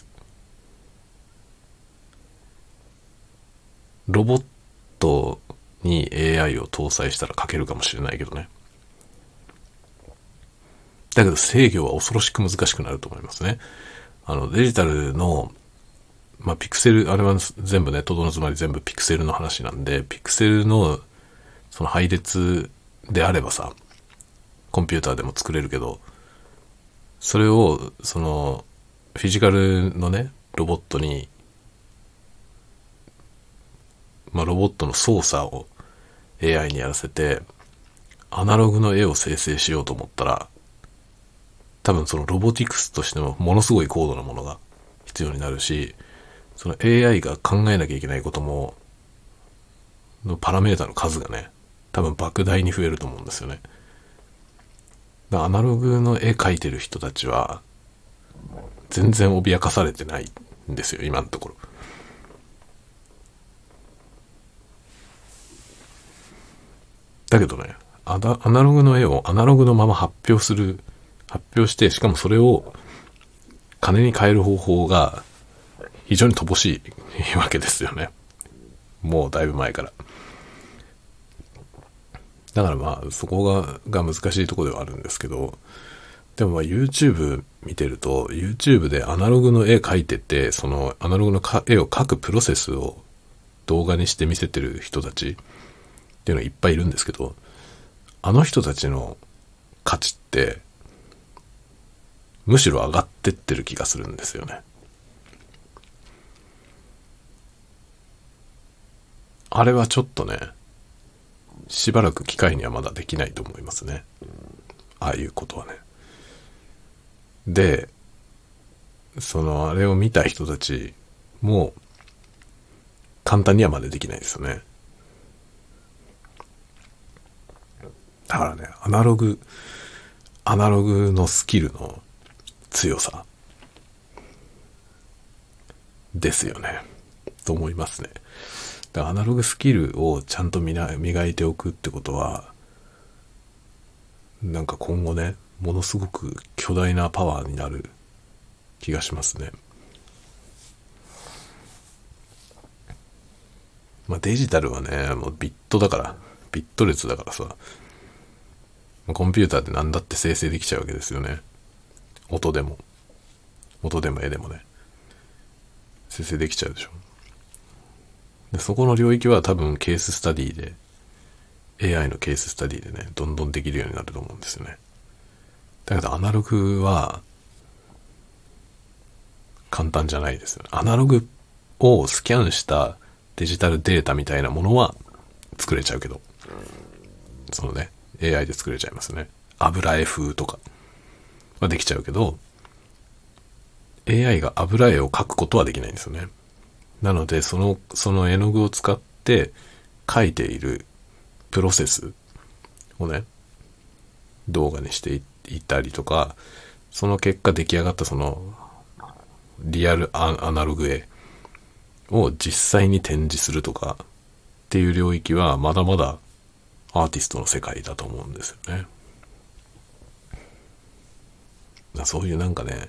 ロボットに エーアイ を搭載したら描けるかもしれないけどね。だけど制御は恐ろしく難しくなると思いますね。あのデジタルのまあピクセル、あれは全部ね、とどのつまり全部ピクセルの話なんで、ピクセルのその配列であればさ、コンピューターでも作れるけど、それをそのフィジカルのねロボットに、まあロボットの操作を エーアイ にやらせてアナログの絵を生成しようと思ったら、多分そのロボティクスとしてもものすごい高度なものが必要になるし、その エーアイ が考えなきゃいけないことものパラメータの数がね多分莫大に増えると思うんですよね。だからアナログの絵描いてる人たちは全然脅かされてないんですよ今のところ。だけどね、アナ、アナログの絵をアナログのまま発表する発表して、しかもそれを金に変える方法が非常に乏しいわけですよね。もうだいぶ前から。だからまあそこがが難しいところではあるんですけど、でもまあ YouTube 見てると YouTube でアナログの絵描いてて、そのアナログの絵を描くプロセスを動画にして見せてる人たちっていうのがいっぱいいるんですけど、あの人たちの価値ってむしろ上がってってる気がするんですよね。あれはちょっとね、しばらく機会にはまだできないと思いますね。ああいうことはね。で、そのあれを見た人たちも簡単にはまでできないですよね。だからね、アナログ、アナログのスキルの強さですよね。と思いますね。だからアナログスキルをちゃんと磨いておくってことは、なんか今後ね、ものすごく巨大なパワーになる気がしますね。まあデジタルはね、もうビットだから、ビット列だからさ、コンピューターで何だって生成できちゃうわけですよね。音でも、音でも絵でもね、生成できちゃうでしょ。でそこの領域は多分ケーススタディで エーアイ のケーススタディでねどんどんできるようになると思うんですよね。だけどアナログは簡単じゃないですよね。アナログをスキャンしたデジタルデータみたいなものは作れちゃうけど、そのね エーアイ で作れちゃいますね。油絵風とかはできちゃうけど エーアイ が油絵を描くことはできないんですよね。なのでそのその絵の具を使って描いているプロセスをね動画にしていったりとか、その結果出来上がったそのリアル ア, アナログ絵を実際に展示するとかっていう領域はまだまだアーティストの世界だと思うんですよね。そういうなんかね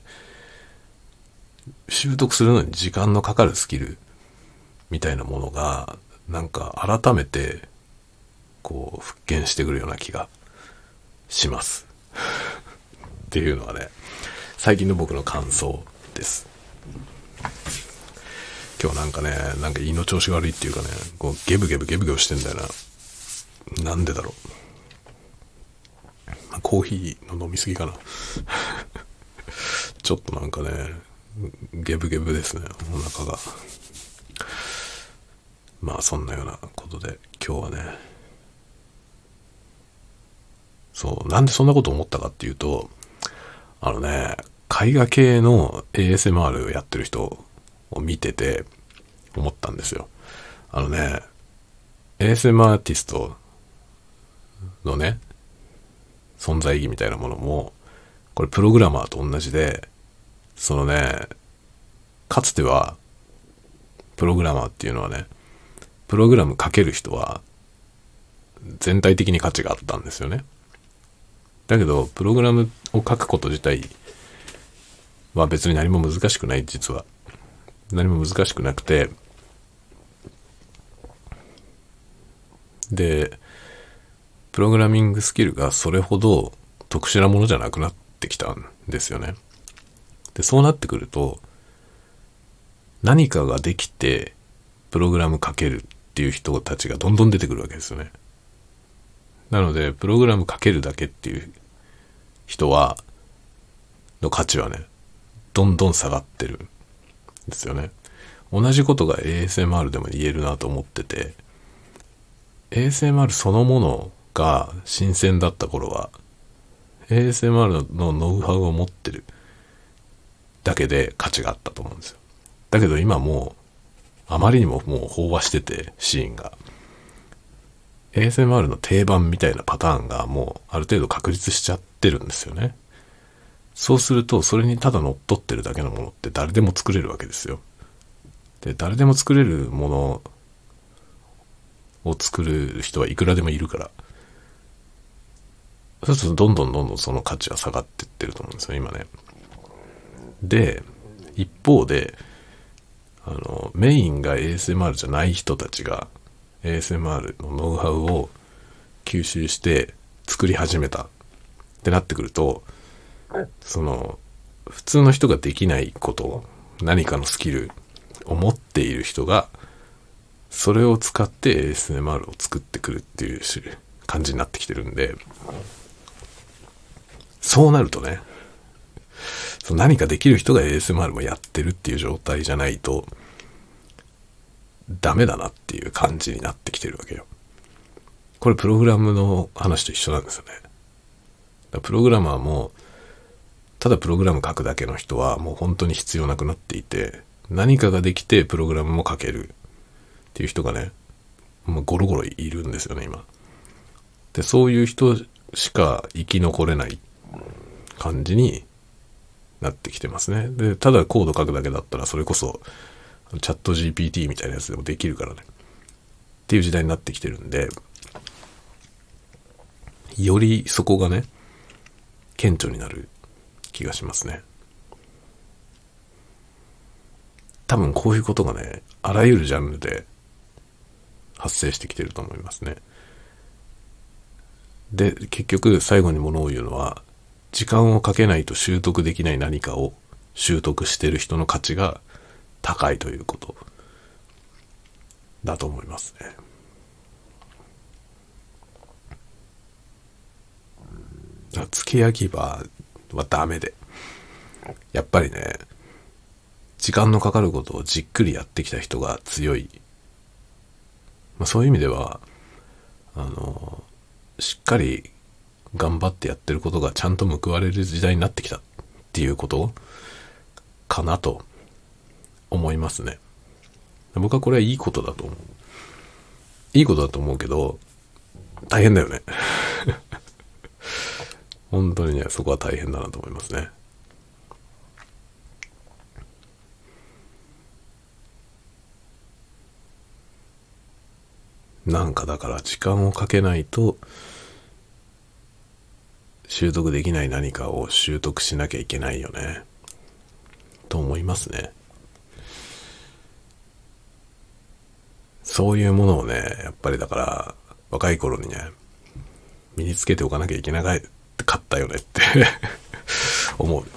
習得するのに時間のかかるスキルみたいなものがなんか改めてこう復権してくるような気がしますっていうのはね最近の僕の感想です。今日なんかねなんか胃の調子悪いっていうかね、こうゲブゲブゲブゲブしてんだよな。なんでだろう、コーヒーの飲みすぎかなちょっとなんかねゲブゲブですね、お腹が。 まあそんなようなことで今日はね、そうなんでそんなこと思ったかっていうと、あのね、絵画系の エーエスエムアール をやってる人を見てて思ったんですよ。あのね、エーエスエム アーティストのね、存在意義みたいなものも、これプログラマーと同じで、そのね、かつては、プログラマーっていうのはね、プログラム書ける人は、全体的に価値があったんですよね。だけど、プログラムを書くこと自体は別に何も難しくない、実は。何も難しくなくて、で、プログラミングスキルがそれほど特殊なものじゃなくなってきたんですよね。で、そうなってくると、何かができてプログラム書けるっていう人たちがどんどん出てくるわけですよね。なので、プログラム書けるだけっていう人は、の価値はね、どんどん下がってるんですよね。同じことが エーエスエムアール でも言えるなと思ってて、エーエスエムアール そのものが新鮮だった頃は エーエスエムアール のノウハウを持ってるだけで価値があったと思うんですよ。だけど今もうあまりにももう飽和してて、シーンが エーエスエムアール の定番みたいなパターンがもうある程度確立しちゃってるんですよね。そうするとそれにただ乗っ取ってるだけのものって誰でも作れるわけですよ。で、誰でも作れるものを作る人はいくらでもいるから、そうするとどんどんどんどんその価値は下がっていってると思うんですよ今ね。で、一方であのメインが エーエスエムアール じゃない人たちが エーエスエムアール のノウハウを吸収して作り始めたってなってくると、その普通の人ができないことを、何かのスキルを持っている人がそれを使って エーエスエムアール を作ってくるっていう感じになってきてるんで、そうなるとね、その何かできる人が エーエスエムアール もやってるっていう状態じゃないとダメだなっていう感じになってきてるわけよ。これプログラムの話と一緒なんですよね。だからプログラマーもただプログラム書くだけの人はもう本当に必要なくなっていて、何かができてプログラムも書けるっていう人がね、もうゴロゴロいるんですよね今。で、そういう人しか生き残れない感じになってきてますね。で、ただコード書くだけだったらそれこそチャット ジーピーティー みたいなやつでもできるからねっていう時代になってきてるんで、よりそこがね顕著になる気がしますね。多分こういうことがね、あらゆるジャンルで発生してきてると思いますね。で、結局最後に物を言うのは、時間をかけないと習得できない何かを習得してる人の価値が高いということだと思いますね。付け焼き場はダメで、やっぱりね、時間のかかることをじっくりやってきた人が強い。まあ、そういう意味ではあのしっかり頑張ってやってることがちゃんと報われる時代になってきたっていうことかなと思いますね。僕はこれはいいことだと思う。いいことだと思うけど大変だよね本当にね、そこは大変だなと思いますね。なんかだから時間をかけないと習得できない何かを習得しなきゃいけないよねと思いますね。そういうものをね、やっぱりだから若い頃にね身につけておかなきゃいけなかったよねって思う。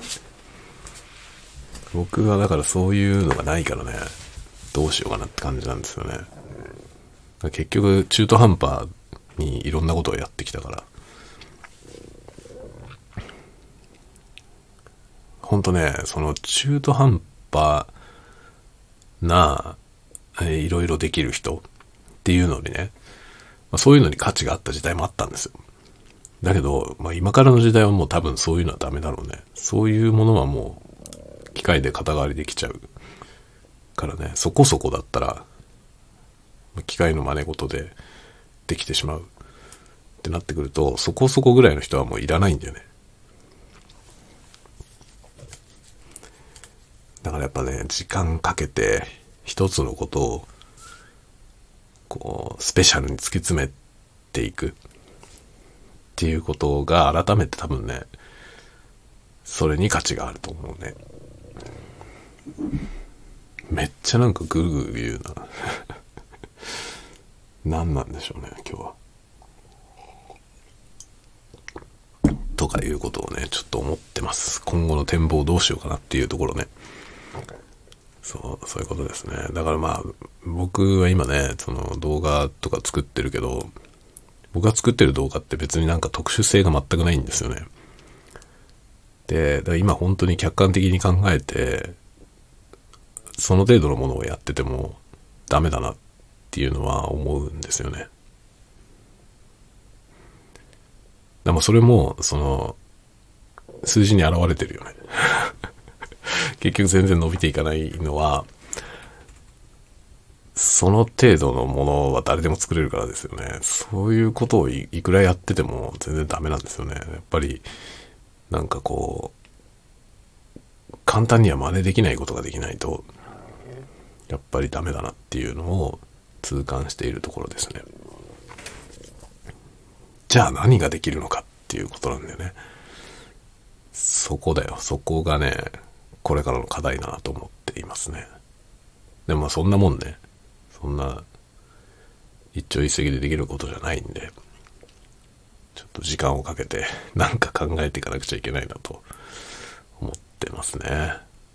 僕はだからそういうのがないからね、どうしようかなって感じなんですよね。結局中途半端にいろんなことをやってきたから、ほんとね、その中途半端な、えー、いろいろできる人っていうのにね、まあ、そういうのに価値があった時代もあったんですよ。だけど、まあ、今からの時代はもう多分そういうのはダメだろうね。そういうものはもう機械で肩代わりできちゃうからね、そこそこだったら機械の真似事でできてしまうってなってくると、そこそこぐらいの人はもういらないんだよね。だからやっぱね、時間かけて一つのことをこうスペシャルに突き詰めていくっていうことが改めて多分ね、それに価値があると思うね。めっちゃなんかグーグー言うな。何なんでしょうね、今日は。とかいうことをね、ちょっと思ってます。今後の展望どうしようかなっていうところね。そう、そういうことですね。だからまあ、僕は今ね、その動画とか作ってるけど、僕が作ってる動画って別になんか特殊性が全くないんですよね。で、だから今本当に客観的に考えて、その程度のものをやっててもダメだなっていうのは思うんですよね。でもそれも、その、数字に現れてるよね。結局全然伸びていかないのは、その程度のものは誰でも作れるからですよね。そういうことを い, いくらやってても全然ダメなんですよね。やっぱり、なんかこう、簡単には真似できないことができないと、やっぱりダメだなっていうのを痛感しているところですね。じゃあ何ができるのかっていうことなんだよね。そこだよ。そこがね、これからの課題だなと思っていますね。でもまあそんなもんね、そんな一朝一夕でできることじゃないんで、ちょっと時間をかけてなんか考えていかなくちゃいけないなと思ってますね。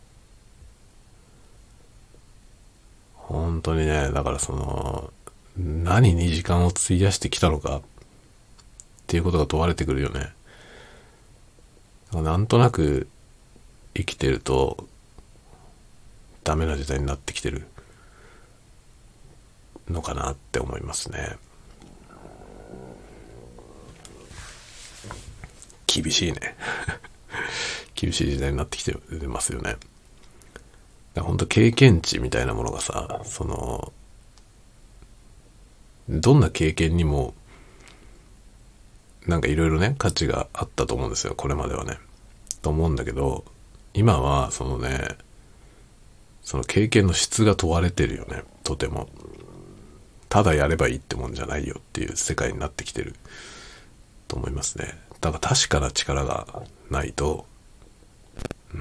本当にね、だからその、何に時間を費やしてきたのかっていうことが問われてくるよね。なんとなく生きてるとダメな時代になってきてるのかなって思いますね。厳しいね。厳しい時代になってきてますよね。本当経験値みたいなものがさ、そのどんな経験にもなんかいろいろね価値があったと思うんですよ、これまではね。と思うんだけど、今はそのね、その経験の質が問われてるよね、とても。ただやればいいってもんじゃないよっていう世界になってきてると思いますね。だから確かな力がないと、うん、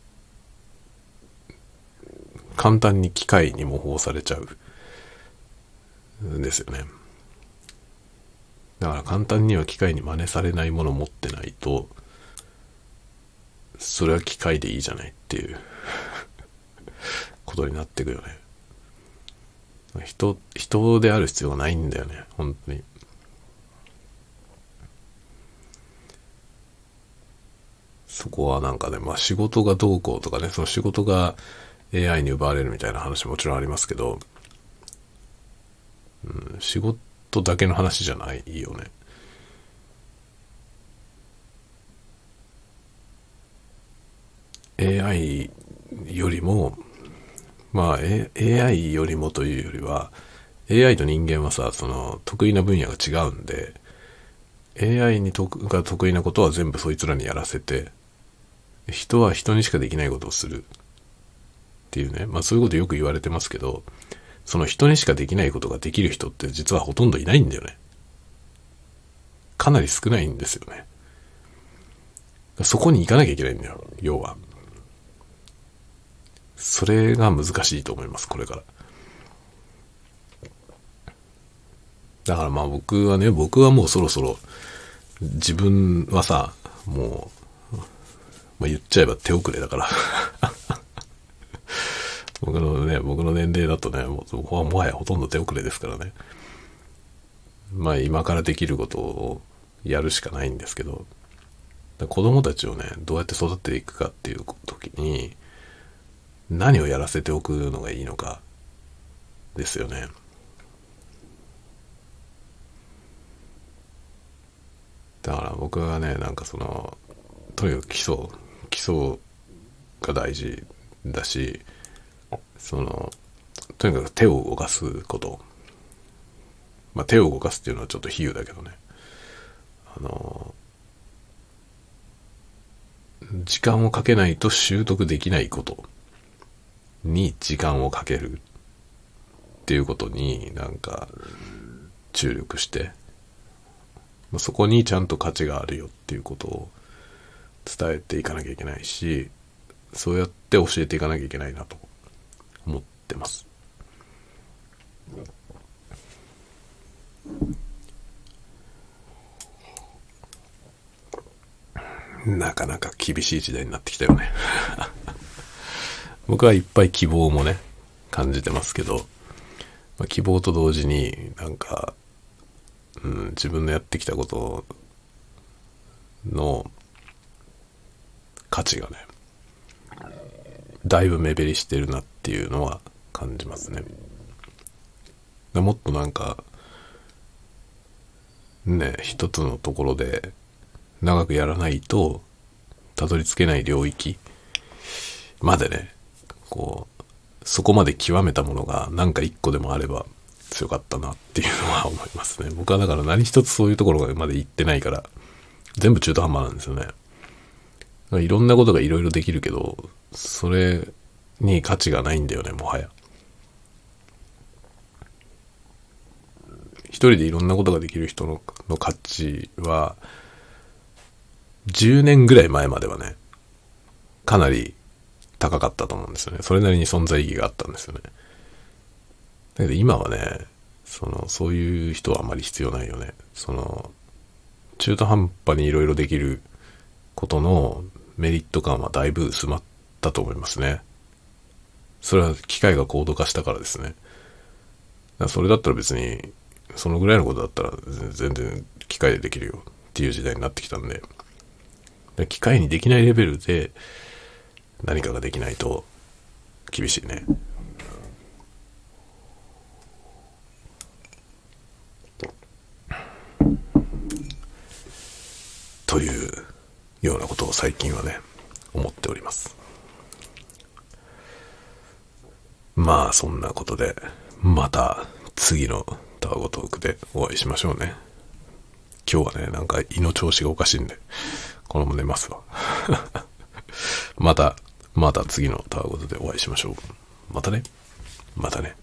簡単に機械に模倣されちゃうんですよね。だから簡単には機械に真似されないものを持ってないと、それは機械でいいじゃないっていうことになっていくよね。人、人である必要がないんだよね、本当に。そこはなんかね、まあ仕事がどうこうとかね、その仕事が エーアイ に奪われるみたいな話ももちろんありますけど、うん、仕事だけの話じゃないよね。エーアイ よりも、まあ、エーアイ よりもというよりは、エーアイ と人間はさ、その得意な分野が違うんで、エーアイ に得が得意なことは全部そいつらにやらせて、人は人にしかできないことをするっていうね、まあそういうことよく言われてますけど、その人にしかできないことができる人って実はほとんどいないんだよね。かなり少ないんですよね。そこに行かなきゃいけないんだよ、要は。それが難しいと思います、これから。だからまあ僕はね、僕はもうそろそろ自分はさ、もう、まあ、言っちゃえば手遅れだから僕のね、僕の年齢だとね、もうもはやほとんど手遅れですからね。まあ今からできることをやるしかないんですけど、子供たちをね、どうやって育てていくかっていう時に、何をやらせておくのがいいのかですよね。 だから僕はね、なんかその、とにかく基礎、基礎が大事だし、その、とにかく手を動かすこと。まあ手を動かすっていうのはちょっと比喩だけどね。あの、時間をかけないと習得できないことに時間をかけるっていうことになんか注力して、そこにちゃんと価値があるよっていうことを伝えていかなきゃいけないし、そうやって教えていかなきゃいけないなと思ってます。なかなか厳しい時代になってきたよね。僕はいっぱい希望もね感じてますけど、まあ、希望と同時になんか、うん、自分のやってきたことの価値がねだいぶ目減りしてるなっていうのは感じますね。もっとなんかね、一つのところで長くやらないとたどり着けない領域までね、こうそこまで極めたものがなんか一個でもあれば強かったなっていうのは思いますね。僕はだから何一つそういうところまで行ってないから全部中途半端なんですよね。いろんなことがいろいろできるけどそれに価値がないんだよね、もはや。一人でいろんなことができる人の、の価値はじゅうねんぐらい前まではねかなり高かったと思うんですよね。それなりに存在意義があったんですよね。だけど今はね、そのそういう人はあまり必要ないよね。その中途半端にいろいろできることのメリット感はだいぶ薄まったと思いますね。それは機械が高度化したからですね。だからそれだったら別にそのぐらいのことだったら全然機械でできるよっていう時代になってきたんで、機械にできないレベルで何かができないと厳しいね。というようなことを最近はね思っております。まあそんなことでまた次のタワゴトークでお会いしましょうね。今日はねなんか胃の調子がおかしいんでこのまま寝ますわ。またまた次のタワゴトでお会いしましょう。またねまたね。